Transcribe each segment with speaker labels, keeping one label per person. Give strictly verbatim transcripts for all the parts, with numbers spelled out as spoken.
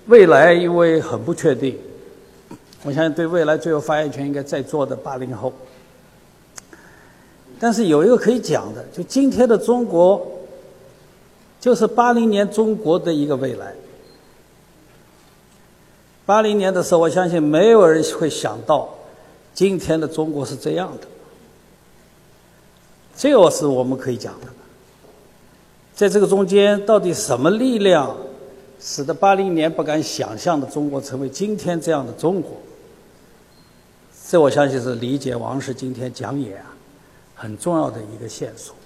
Speaker 1: 未来因为很不确定，我相信对未来最有发言权应该在座的八零后。但是有一个可以讲的，就今天的中国，就是八零年中国的一个未来。八零年的时候，我相信没有人会想到，今天的中国是这样的。这个是我们可以讲的。在这个中间，到底什么力量使得八零年不敢想象的中国成为今天这样的中国？这我相信是理解王石今天讲演啊很重要的一个线索。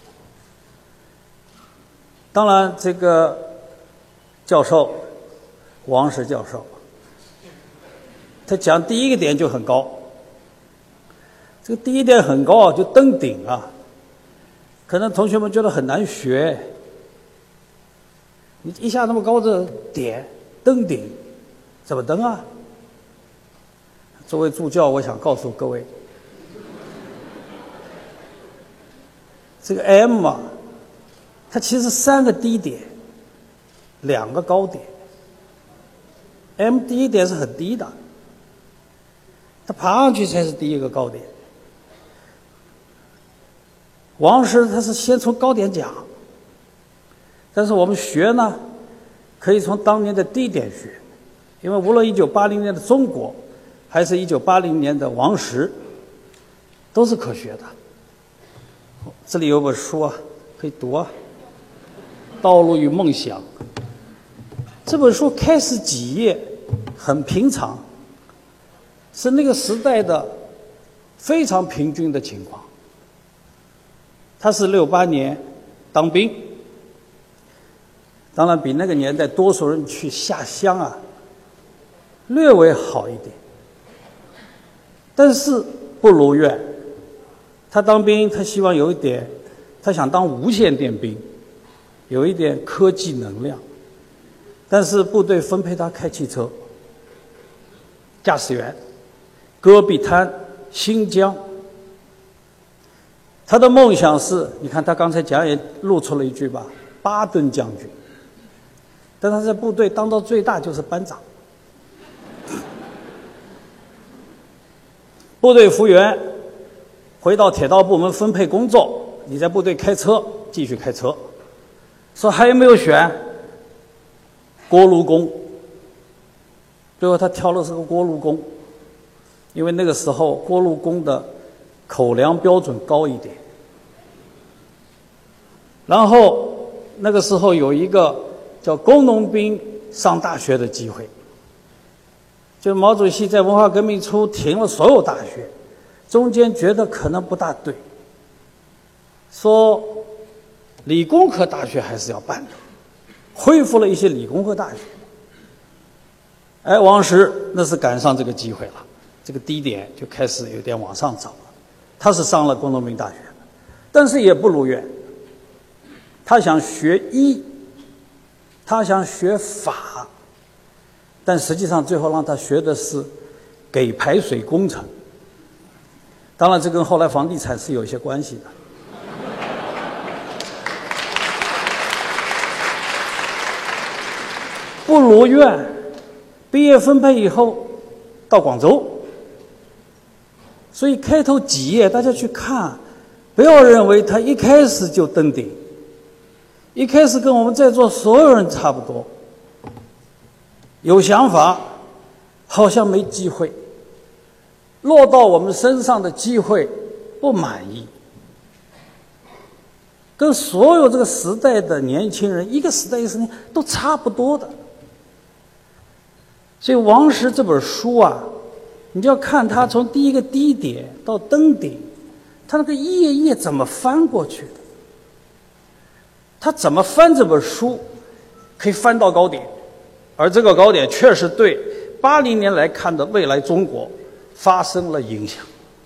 Speaker 1: 当然，这个教授王石教授，他讲第一个点就很高。这个第一点很高啊，就登顶啊。可能同学们觉得很难学。你一下那么高的点登顶，怎么登啊？作为助教，我想告诉各位，这个 M 啊，它其实三个低点，两个高点。M 第一点是很低的，它爬上去才是第一个高点。王石他是先从高点讲。但是我们学呢，可以从当年的低点学，因为无论一九八零年的中国，还是一九八零年的王石，都是可学的。这里有本书啊，可以读啊，《道路与梦想》。这本书开始几页很平常，是那个时代的非常平均的情况。他是六八年当兵。当然比那个年代多数人去下乡啊略微好一点，但是不如愿。他当兵，他希望有一点，他想当无线电兵，有一点科技能量，但是部队分配他开汽车，驾驶员，戈壁滩、新疆。他的梦想是，你看他刚才讲也露出了一句吧，巴顿将军。但他在部队当到最大就是班长。部队服务员回到铁道部门分配工作，你在部队开车继续开车。说还有没有选锅炉工？最后他挑的是个锅炉工，因为那个时候锅炉工的口粮标准高一点。然后那个时候有一个叫工农兵上大学的机会，就毛主席在文化革命初停了所有大学，中间觉得可能不大对，说理工科大学还是要办的，恢复了一些理工科大学。哎，王石那是赶上这个机会了，这个低点就开始有点往上走了。他是上了工农兵大学，但是也不如愿，他想学医。他想学法，但实际上最后让他学的是给排水工程。当然这跟后来房地产是有一些关系的。不如愿，毕业分配以后到广州。所以开头几页大家去看，不要认为他一开始就登顶，一开始跟我们在座所有人差不多，有想法，好像没机会，落到我们身上的机会不满意，跟所有这个时代的年轻人，一个时代一个时代都差不多的。所以王石这本书啊，你就要看他从第一个低点到登顶，他那个一页页怎么翻过去的，他怎么翻这本书可以翻到高点，而这个高点确实对八零年来看的未来中国发生了影响。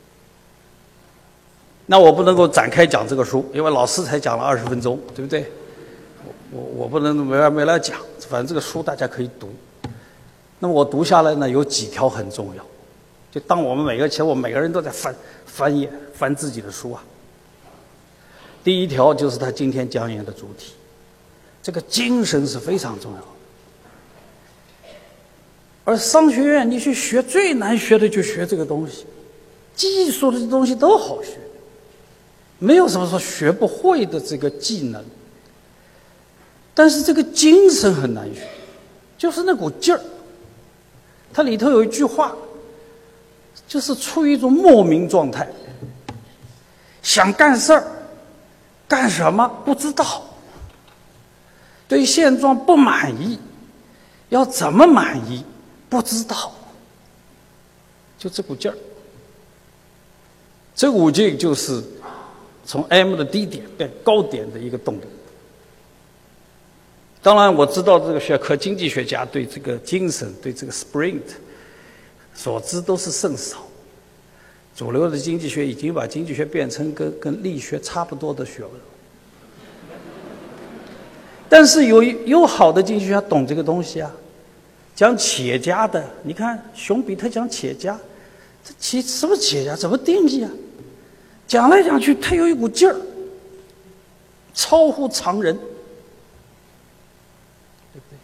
Speaker 1: 那我不能够展开讲这个书，因为老师才讲了二十分钟，对不对？我我不能没完没了讲，反正这个书大家可以读。那么我读下来呢，有几条很重要。就当我们每个，其实我们每个人都在翻翻页翻自己的书啊。第一条就是他今天讲演的主题，这个精神是非常重要的。 而商学院你去学最难学的就学这个东西，技术的东西都好学，没有什么说学不会的这个技能。但是这个精神很难学，就是那股劲儿。它里头有一句话，就是处于一种莫名状态，想干事儿，干什么不知道，对现状不满意，要怎么满意不知道，就这股劲儿。这股劲就是从 M 的低点变高点的一个动力。当然我知道这个学科经济学家对这个精神，对这个 sprint 所知都是甚少，主流的经济学已经把经济学变成跟跟力学差不多的学问了。但是有有好的经济学家懂这个东西啊，讲企业家的，你看熊彼特讲企业家，这企什么企业家怎么定义啊？讲来讲去他有一股劲儿，超乎常人，对不对？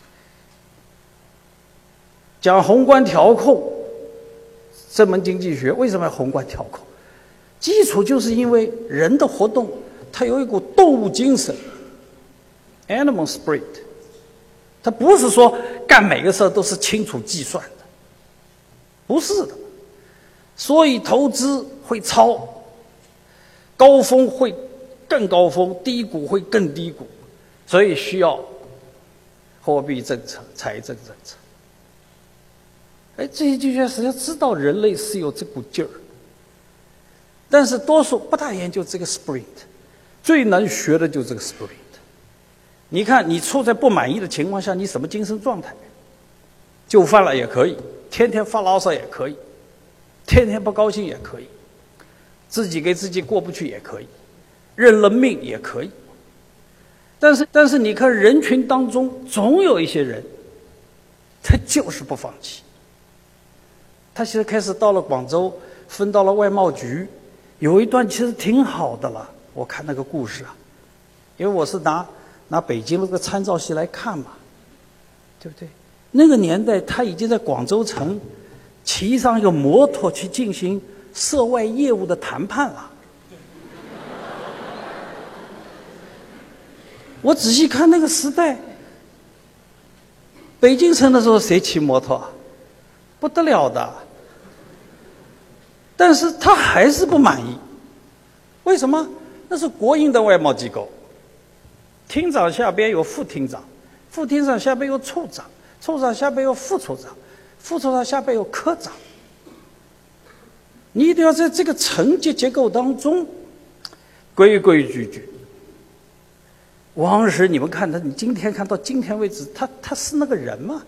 Speaker 1: 讲宏观调控这门经济学为什么要宏观调控？基础就是因为人的活动它有一股动物精神 animal spirit， 它不是说干每个事都是清楚计算的，不是的。所以投资会超，高峰会更高峰，低谷会更低谷，所以需要货币政策、财政政策。哎，这些经济学实际上知道人类是有这股劲儿，但是多数不大研究这个 sprint， 最难学的就是这个 sprint。你看，你处在不满意的情况下，你什么精神状态？就范了也可以，天天发牢骚也可以，天天不高兴也可以，自己给自己过不去也可以，认了命也可以。但是，但是你看人群当中，总有一些人，他就是不放弃。他现在开始到了广州，分到了外贸局，有一段其实挺好的了。我看那个故事啊，因为我是拿拿北京的这个参照系来看嘛，对不对？那个年代他已经在广州城骑上一个摩托去进行涉外业务的谈判了。我仔细看那个时代，北京城的时候谁骑摩托啊？不得了的。但是他还是不满意，为什么？那是国营的外贸机构，厅长下边有副厅长，副厅长下边有处长，处长下边有副处长，副处长下边有科长。你一定要在这个层级结构当中规规矩矩。王石，你们看他，你今天看到今天为止，他他是那个人吗？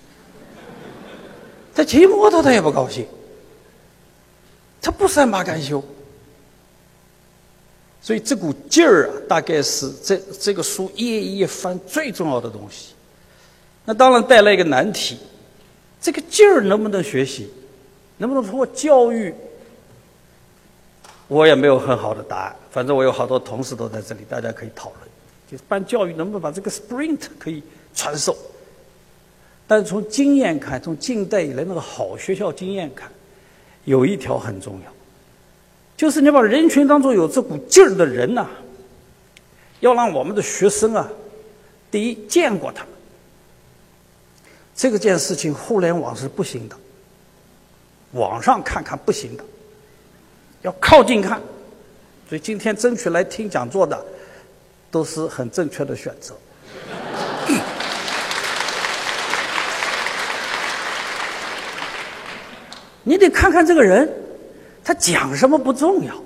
Speaker 1: 他骑摩托他也不高兴，他不善罢甘休。所以这股劲儿啊，大概是这这个书一页一页翻最重要的东西。那当然带来一个难题，这个劲儿能不能学习，能不能通过教育，我也没有很好的答案。反正我有好多同事都在这里，大家可以讨论，就是办教育能不能把这个 sprint 可以传授。但是从经验看，从近代以来那个好学校经验看，有一条很重要，就是你把人群当中有这股劲儿的人呐、啊，要让我们的学生啊，第一见过他们，这个件事情互联网是不行的，网上看看不行的，要靠近看。所以今天争取来听讲座的，都是很正确的选择。你得看看这个人，他讲什么不重要，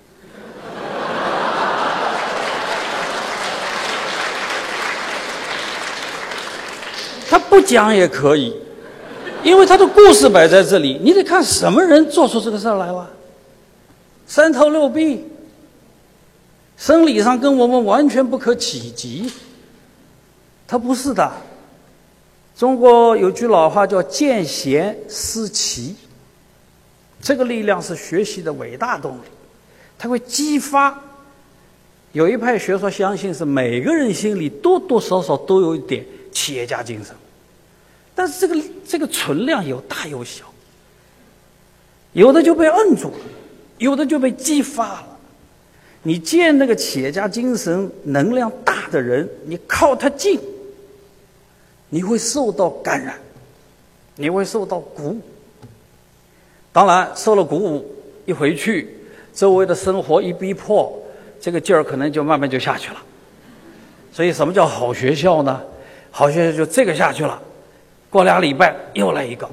Speaker 1: 他不讲也可以，因为他的故事摆在这里，你得看什么人做出这个事儿来了。三头六臂，生理上跟我们完全不可企及，他不是的。中国有句老话叫见贤思齐，这个力量是学习的伟大动力，它会激发。有一派学说相信是每个人心里多多少少都有一点企业家精神， 但是这个这个存量有大有小，有的就被摁住了，有的就被激发了。你见那个企业家精神能量大的人，你靠他近，你会受到感染，你会受到鼓舞。当然受了鼓舞，一回去周围的生活一逼迫，这个劲儿可能就慢慢就下去了。所以什么叫好学校呢？好学校就这个下去了，过俩礼拜又来一个。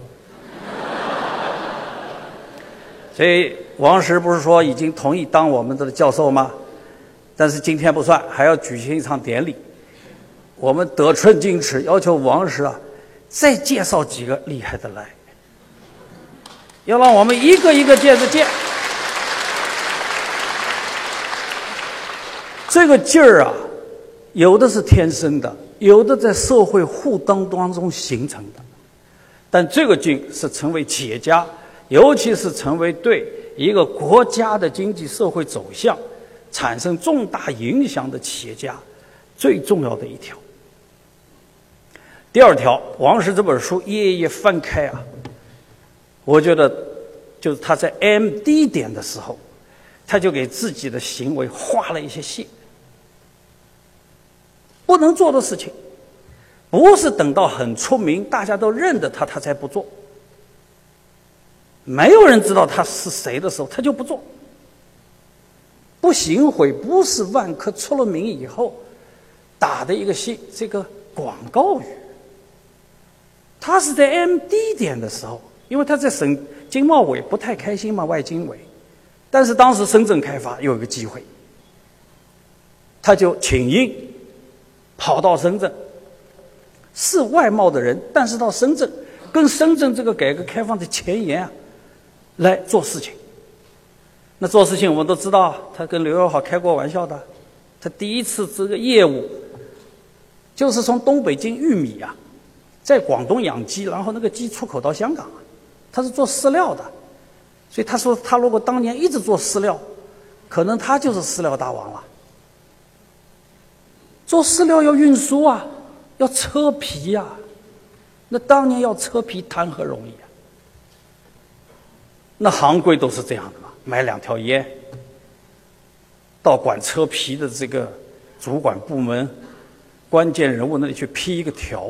Speaker 1: 所以王石不是说已经同意当我们的教授吗？但是今天不算，还要举行一场典礼。我们得寸进尺，要求王石啊再介绍几个厉害的来，要让我们一个一个接着见。这个劲儿啊，有的是天生的，有的在社会互动当中形成的。但这个劲是成为企业家，尤其是成为对一个国家的经济社会走向产生重大影响的企业家最重要的一条。第二条，王石这本书一页一页翻开啊，我觉得就是他在 M D 点的时候，他就给自己的行为画了一些线。不能做的事情，不是等到很出名大家都认得他他才不做，没有人知道他是谁的时候他就不做。不行贿不是万科出了名以后打的一个戏，这个广告语，他是在 M D 点的时候，因为他在省经贸委不太开心嘛，外经委，但是当时深圳开发有一个机会，他就请缨跑到深圳，是外贸的人，但是到深圳跟深圳这个改革开放的前沿啊来做事情。那做事情我们都知道，他跟刘友好开过玩笑的，他第一次这个业务就是从东北进玉米啊，在广东养鸡，然后那个鸡出口到香港啊，他是做饲料的，所以他说他如果当年一直做饲料，可能他就是饲料大王了。做饲料要运输啊，要车皮呀、啊，那当年要车皮谈何容易啊？那行规都是这样的嘛，买两条烟，到管车皮的这个主管部门关键人物那里去批一个条。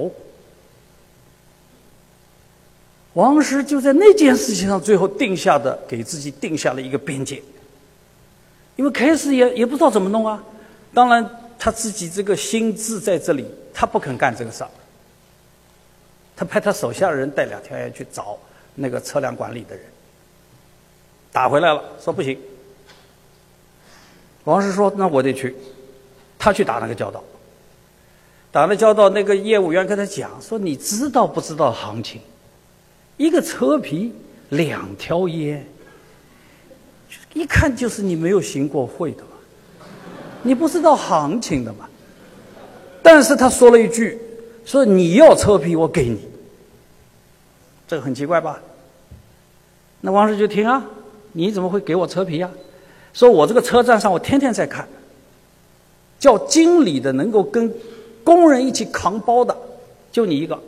Speaker 1: 王石就在那件事情上最后定下的，给自己定下了一个边界，因为开始也也不知道怎么弄啊，当然。他自己这个心智在这里，他不肯干这个事儿。他派他手下的人带两条烟去找那个车辆管理的人，打回来了，说不行。王石说：“那我得去。”他去打那个交道，打那交道，那个业务员跟他讲说：“你知道不知道行情？一个车皮两条烟，一看就是你没有行过贿的。”你不知道行情的嘛？但是他说了一句，说你要车皮我给你，这个很奇怪吧？那王石就听啊，你怎么会给我车皮啊？说我这个车站上我天天在看，叫经理的能够跟工人一起扛包的就你一个。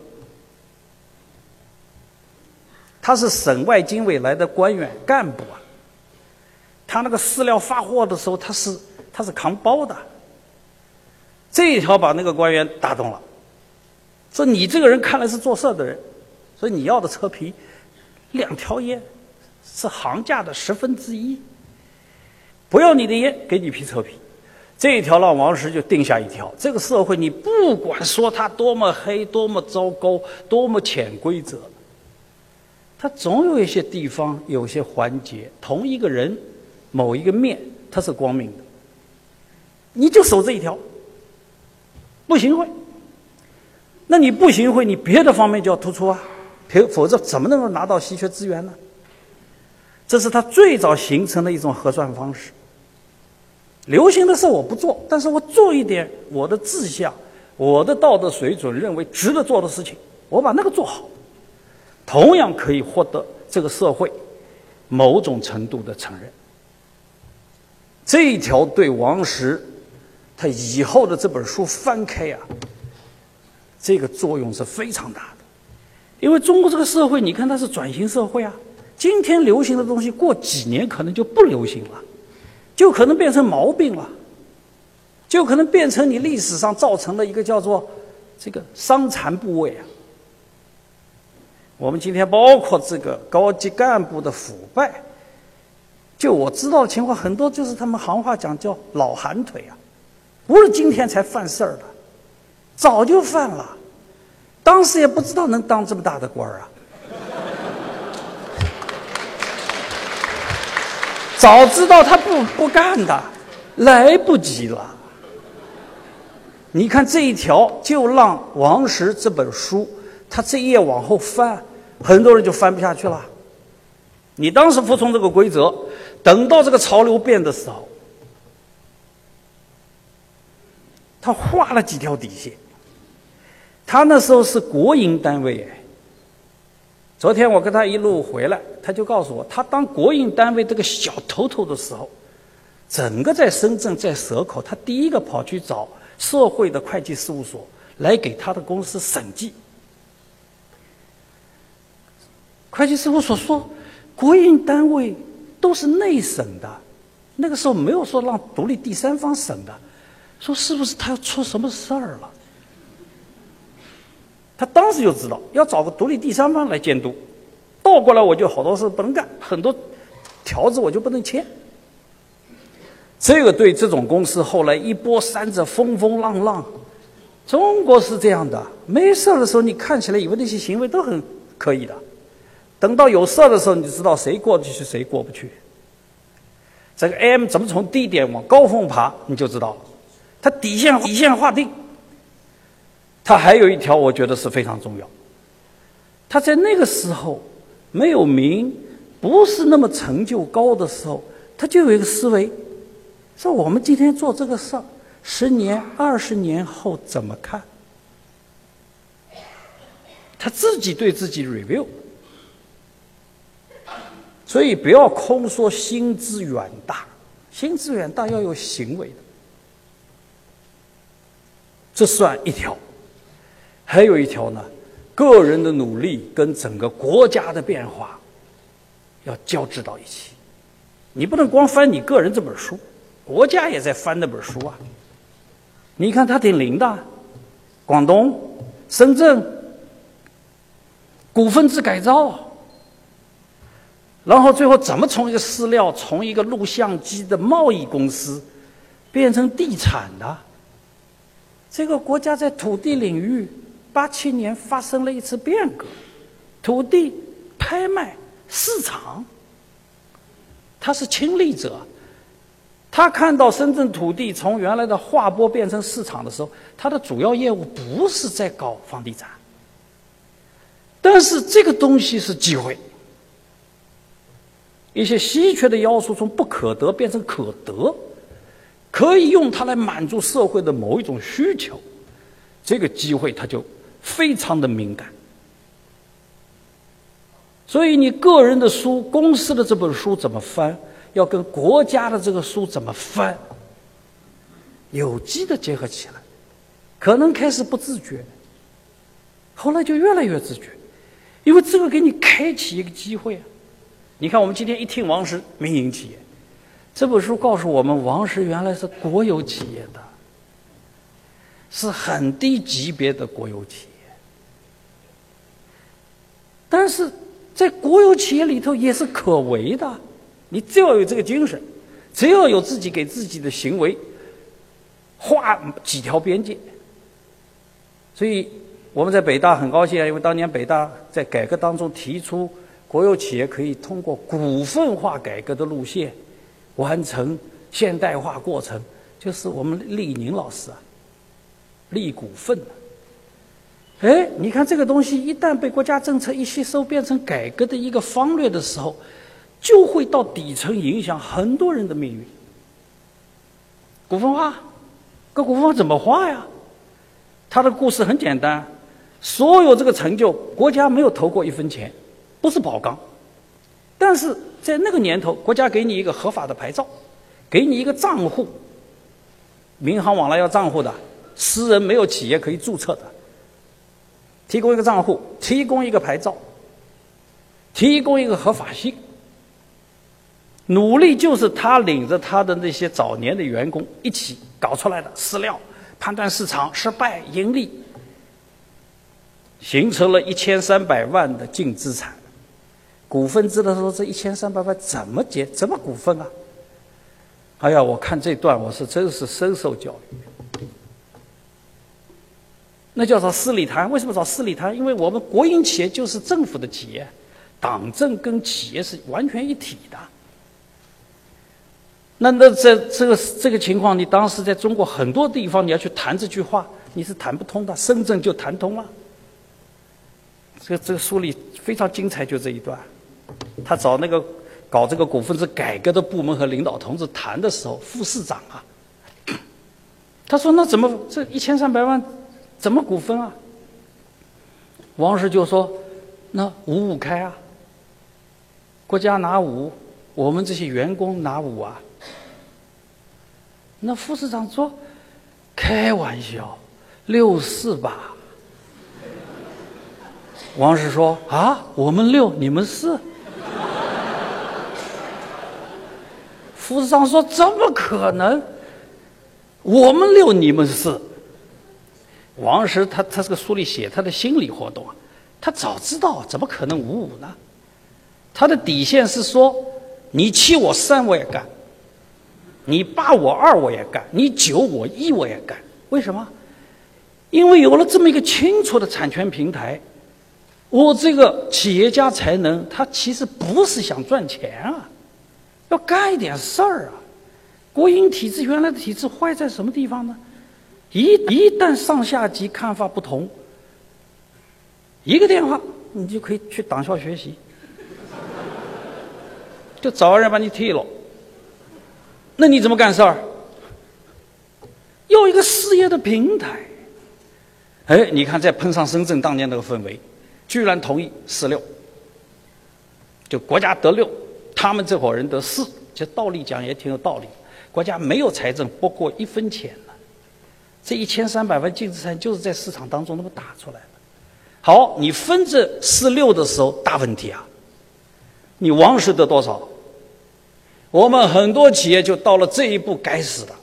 Speaker 1: 他是省外经委来的官员干部啊，他那个饲料发货的时候他是他是扛包的，这一条把那个官员打动了，说你这个人看来是做事的人，所以你要的车皮两条烟是行价的十分之一，不要你的烟，给你批车皮。这一条让王石就定下一条，这个社会你不管说它多么黑多么糟糕多么潜规则，它总有一些地方有些环节，同一个人某一个面它是光明的，你就守这一条，不行贿。那你不行贿，你别的方面就要突出啊，否则怎么能够拿到稀缺资源呢？这是他最早形成的一种核算方式。流行的事我不做，但是我做一点我的志向、我的道德水准认为值得做的事情，我把那个做好，同样可以获得这个社会某种程度的承认。这一条对王石他以后的这本书翻开啊，这个作用是非常大的。 因为中国这个社会，你看它是转型社会啊，今天流行的东西，过几年可能就不流行了，就可能变成毛病了，就可能变成你历史上造成了一个叫做这个伤残部位啊。我们今天包括这个高级干部的腐败，就我知道的情况，很多就是他们行话讲叫老寒腿啊，不是今天才犯事儿的，早就犯了，当时也不知道能当这么大的官儿啊。早知道他不不干的，来不及了。你看这一条，就让王石这本书，他这一页往后翻，很多人就翻不下去了。你当时服从这个规则，等到这个潮流变的时候，他画了几条底线。他那时候是国营单位哎。昨天我跟他一路回来，他就告诉我，他当国营单位这个小头头的时候，整个在深圳在蛇口，他第一个跑去找社会的会计事务所来给他的公司审计。会计事务所说，国营单位都是内审的，那个时候没有说让独立第三方审的，说是不是他要出什么事儿了？他当时就知道要找个独立第三方来监督，倒过来我就好多事不能干，很多条子我就不能签。这个对这种公司后来一波三折，风风浪浪。中国是这样的，没事的时候你看起来以为那些行为都很可以的，等到有事的时候你就知道谁过得去谁过不去。这个 M 怎么从低点往高峰爬，你就知道了。它底线底线划定。它还有一条我觉得是非常重要，他在那个时候没有名，不是那么成就高的时候，他就有一个思维，说我们今天做这个事儿，十年二十年后怎么看？他自己对自己 review。所以不要空说心之远大，心之远大要有行为的，这算一条。还有一条呢，个人的努力跟整个国家的变化要交织到一起。你不能光翻你个人这本书，国家也在翻那本书啊。你看他挺灵的，广东、深圳股份制改造，然后最后怎么从一个饲料、从一个录像机的贸易公司变成地产的？这个国家在土地领域八七年发生了一次变革，土地拍卖市场，他是亲历者。他看到深圳土地从原来的划拨变成市场的时候，他的主要业务不是在搞房地产，但是这个东西是机会，一些稀缺的要素从不可得变成可得，可以用它来满足社会的某一种需求，这个机会它就非常的敏感。所以你个人的书，公司的这本书怎么翻，要跟国家的这个书怎么翻，有机的结合起来。可能开始不自觉，后来就越来越自觉，因为这个给你开启一个机会啊。你看我们今天一听王石民营企业，这本书告诉我们，王石原来是国有企业的，是很低级别的国有企业。但是在国有企业里头也是可为的，你只要有这个精神，只要有自己给自己的行为画几条边界。所以我们在北大很高兴啊，因为当年北大在改革当中提出国有企业可以通过股份化改革的路线完成现代化过程，就是我们厉宁老师啊，立股份的。哎，你看这个东西一旦被国家政策一吸收，变成改革的一个方略的时候，就会到底层影响很多人的命运。股份化，个股份化怎么化呀？他的故事很简单，所有这个成就，国家没有投过一分钱，不是宝钢，但是在那个年头，国家给你一个合法的牌照，给你一个账户，民航往来要账户的，私人没有企业可以注册的。 提供一个账户，提供一个牌照，提供一个合法性。努力就是他领着他的那些早年的员工一起搞出来的饲料，判断市场失败盈利，形成了一千三百万的净资产。股份制的时候，这一千三百万怎么结？怎么股份啊？哎呀，我看这段我是真是深受教育。那叫找司礼谈，为什么找司礼谈？因为我们国营企业就是政府的企业，党政跟企业是完全一体的。那那这这个这个情况，你当时在中国很多地方你要去谈这句话，你是谈不通的。深圳就谈通了。这个这个书里非常精彩，就这一段，他找那个搞这个股份制改革的部门和领导同志谈的时候，副市长啊，他说：“那怎么这一千三百万怎么股份啊？”王石就说：“那五五开啊，国家拿五，我们这些员工拿五啊。”那副市长说：“开玩笑，六四吧。”王石说：“啊，我们六，你们四。”副市长说：“怎么可能？我们六，你们四。”王石他他这个书里写他的心理活动啊，他早知道怎么可能五五呢？他的底线是说，你七我三我也干，你八我二我也干，你九我一我也干。为什么？因为有了这么一个清楚的产权平台，我这个企业家才能，他其实不是想赚钱啊，要干一点事儿啊。国营体制原来的体制坏在什么地方呢？一一旦上下级看法不同，一个电话你就可以去党校学习，就找人把你踢了。那你怎么干事儿？要一个事业的平台。哎，你看再碰上深圳当年那个氛围，居然同意四六，就国家得六，他们这伙人得四，其实道理讲也挺有道理。国家没有财政拨过一分钱呢，这一千三百万净资产就是在市场当中那么打出来的。好，你分这四六的时候大问题啊，你王石得多少？我们很多企业就到了这一步该死的，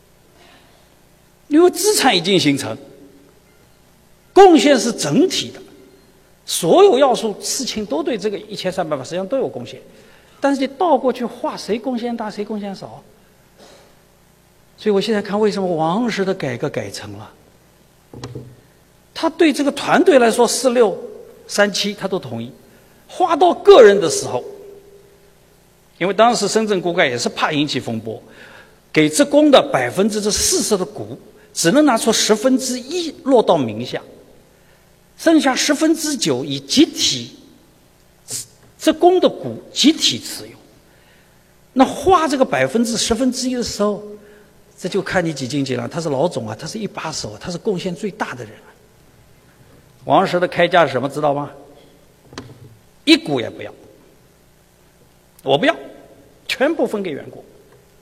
Speaker 1: 因为资产已经形成，贡献是整体的，所有要素事情都对这个一千三百万实际上都有贡献，但是你倒过去画谁贡献大谁贡献少。所以我现在看为什么王石的改革改成了，他对这个团队来说四六三七他都同意，花到个人的时候，因为当时深圳股改也是怕引起风波，给职工的百分之这四十的股只能拿出十分之一落到名下，剩下十分之九以集体职工的股集体持有。那花这个百分之十分之一的时候，这就看你几斤几两。他是老总啊，他是一把手，他是贡献最大的人啊。王石的开价是什么知道吗？一股也不要，我不要，全部分给员工。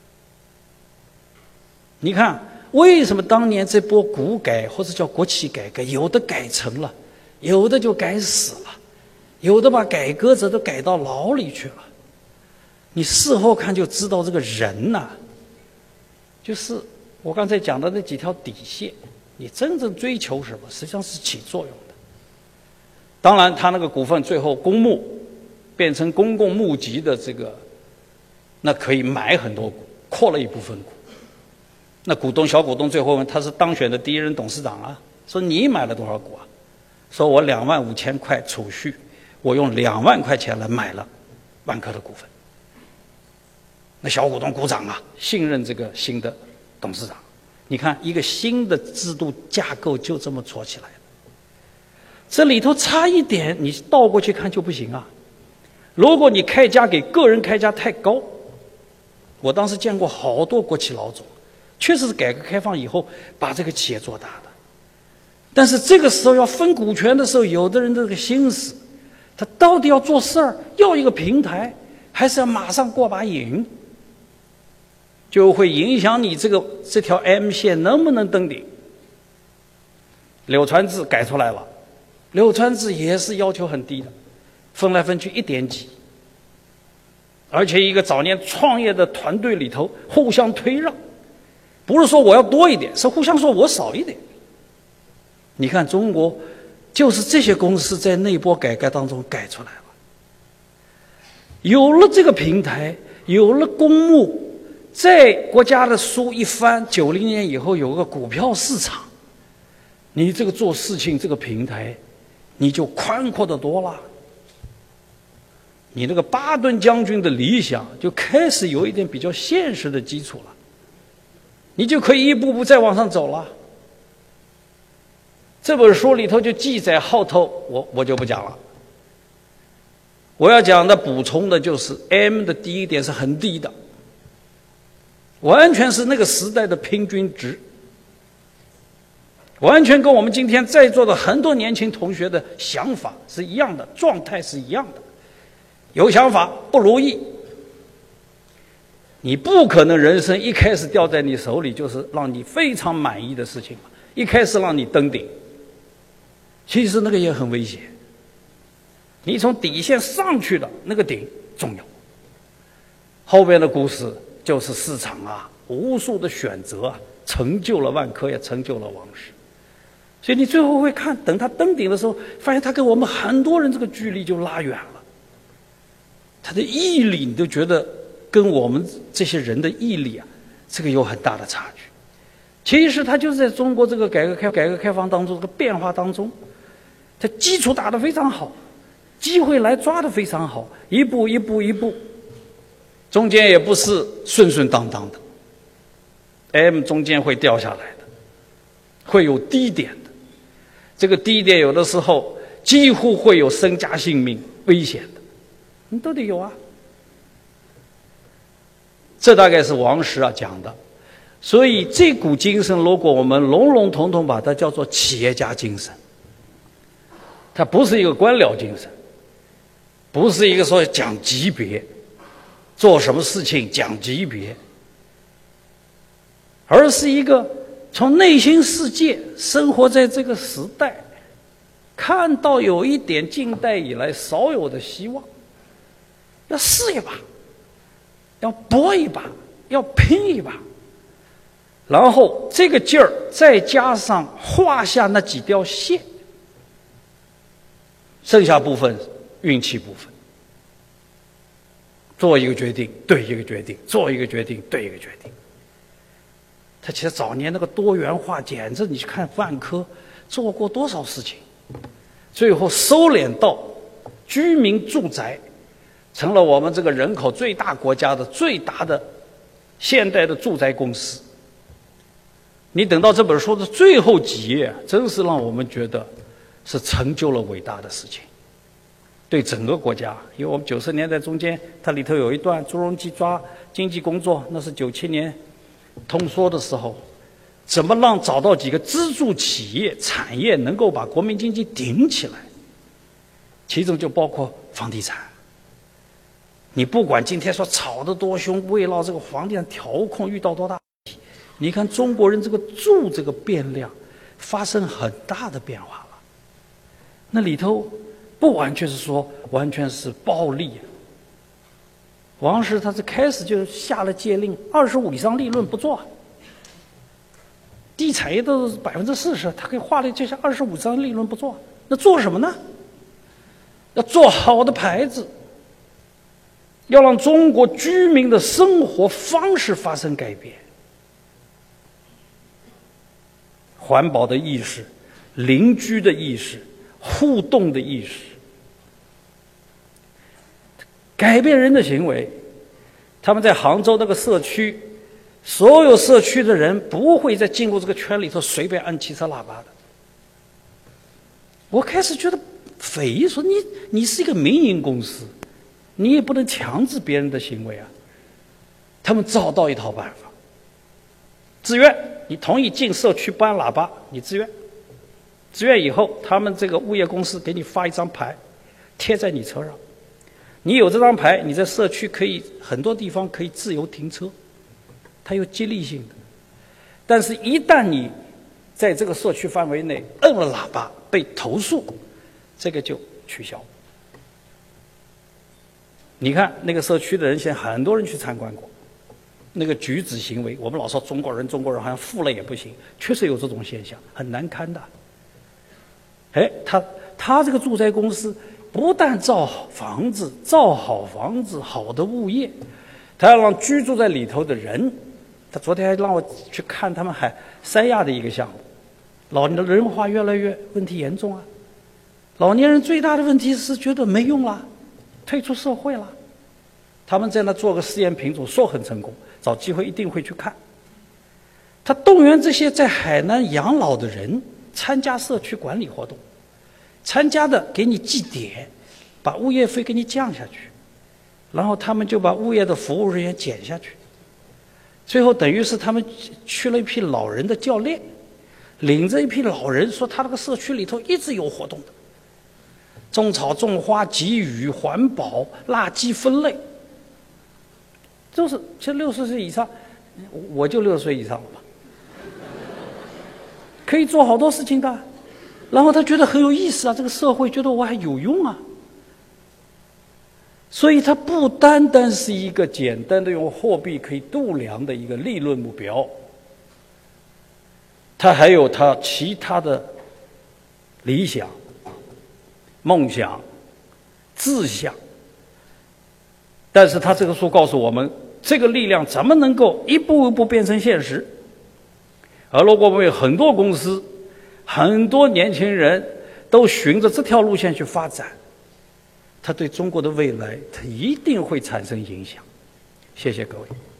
Speaker 1: 你看为什么当年这波股改或者叫国企改革，有的改成了，有的就改死了，有的把改革者都改到牢里去了。你事后看就知道这个人呐、啊，就是我刚才讲的那几条底线，你真正追求什么，实际上是起作用的。当然他那个股份最后公募变成公共募集的这个，那可以买很多股，扩了一部分股。那股东小股东最后问他是当选的第一任董事长啊，说你买了多少股啊？说我两万五千块储蓄，我用两万块钱来买了万科的股份。那小股东鼓掌啊，信任这个新的董事长。你看一个新的制度架构就这么做起来了，这里头差一点你倒过去看就不行啊。如果你开价给个人开价太高，我当时见过好多国企老总，确实是改革开放以后把这个企业做大的，但是这个时候要分股权的时候，有的人的这个心思，他到底要做事儿，要一个平台，还是要马上过把瘾，就会影响你这个这条 M 线能不能登顶。柳传志改出来了， 柳传志也是要求很低的，分来分去一点几，而且一个早年创业的团队里头互相推让，不是说我要多一点，是互相说我少一点。你看中国就是这些公司在那波改革当中改出来了，有了这个平台，有了公募，在国家的书一翻，九零年以后有个股票市场，你这个做事情这个平台你就宽阔得多了，你那个巴顿将军的理想就开始有一点比较现实的基础了，你就可以一步步再往上走了。这本书里头就记载后头，我我就不讲了。我要讲的补充的就是 M 的第一点是很低的，完全是那个时代的平均值，完全跟我们今天在座的很多年轻同学的想法是一样的，状态是一样的。有想法不如意，你不可能人生一开始掉在你手里就是让你非常满意的事情，一开始让你登顶，其实那个也很危险。你从底线上去了，那个顶重要。后边的故事就是市场啊，无数的选择啊，成就了万科，也成就了王石。所以你最后会看，等他登顶的时候，发现他跟我们很多人这个距离就拉远了。他的毅力，你都觉得跟我们这些人的毅力啊，这个有很大的差距。其实他就是在中国这个改革开改革开放当中，这个变化当中，他基础打得非常好，机会来抓得非常好，一步一步一步，中间也不是顺顺当当的 ，M 中间会掉下来的，会有低点的，这个低点有的时候几乎会有身家性命危险的，你都得有啊。这大概是王石啊讲的，所以这股精神，如果我们笼笼统统把它叫做企业家精神，它不是一个官僚精神，不是一个说讲级别，做什么事情讲级别，而是一个从内心世界生活在这个时代，看到有一点近代以来少有的希望，要试一把，要搏一把，要拼一把，然后这个劲儿再加上画下那几条线，剩下部分运气部分，做一个决定对一个决定，做一个决定对一个决定。他其实早年那个多元化，简直你去看万科做过多少事情，最后收敛到居民住宅，成了我们这个人口最大国家的最大的现代的住宅公司。你等到这本书的最后几页，真是让我们觉得是成就了伟大的事情，对整个国家。因为我们九十年代中间，它里头有一段朱镕基抓经济工作，那是九七年通缩的时候，怎么让找到几个支柱企业产业能够把国民经济顶起来，其中就包括房地产。你不管今天说炒得多凶，为了这个房地产调控遇到多大问题，你看中国人这个住这个变量发生很大的变化了。那里头不完全是说完全是暴利，王石他是开始就下了戒令，二十五以上利润不做，地产业都是百分之四十，他可以划了这些二十五以上利润不做，那做什么呢？要做好的牌子，要让中国居民的生活方式发生改变，环保的意识、邻居的意识、互动的意识，改变人的行为。他们在杭州那个社区，所有社区的人不会再进入这个圈里头随便按汽车喇叭的。我开始觉得匪夷所思，你你是一个民营公司，你也不能强制别人的行为啊。他们找到一套办法，自愿，你同意进社区不按喇叭，你自愿。自愿以后，他们这个物业公司给你发一张牌，贴在你车上。你有这张牌，你在社区可以很多地方可以自由停车，它有激励性的。但是，一旦你在这个社区范围内摁了喇叭被投诉， 这个就取消。你看那个社区的人，现在很多人去参观过，那个举止行为，我们老说中国人中国人好像富了也不行，确实有这种现象，很难堪的。哎，他他这个住宅公司不但造好房子，造好房子，好的物业，他要让居住在里头的人。他昨天还让我去看他们海三亚的一个项目，老年人化越来越问题严重啊。老年人最大的问题是觉得没用了，退出社会了。他们在那做个试验品种，说很成功，找机会一定会去看。他动员这些在海南养老的人参加社区管理活动，参加的给你记点，把物业费给你降下去，然后他们就把物业的服务人员减下去。最后等于是他们去了一批老人的教练，领着一批老人说他那个社区里头一直有活动的，种草种花给予环保垃圾分类，就是其实六十岁以上，我就六十岁以上了吧，可以做好多事情的。然后他觉得很有意思啊，这个社会觉得我还有用啊。所以它不单单是一个简单的用货币可以度量的一个利润目标，它还有它其他的理想、梦想、志向。但是他这个书告诉我们，这个力量怎么能够一步一步变成现实。而如果我们有很多公司、很多年轻人都循着这条路线去发展，它对中国的未来，它一定会产生影响。谢谢各位。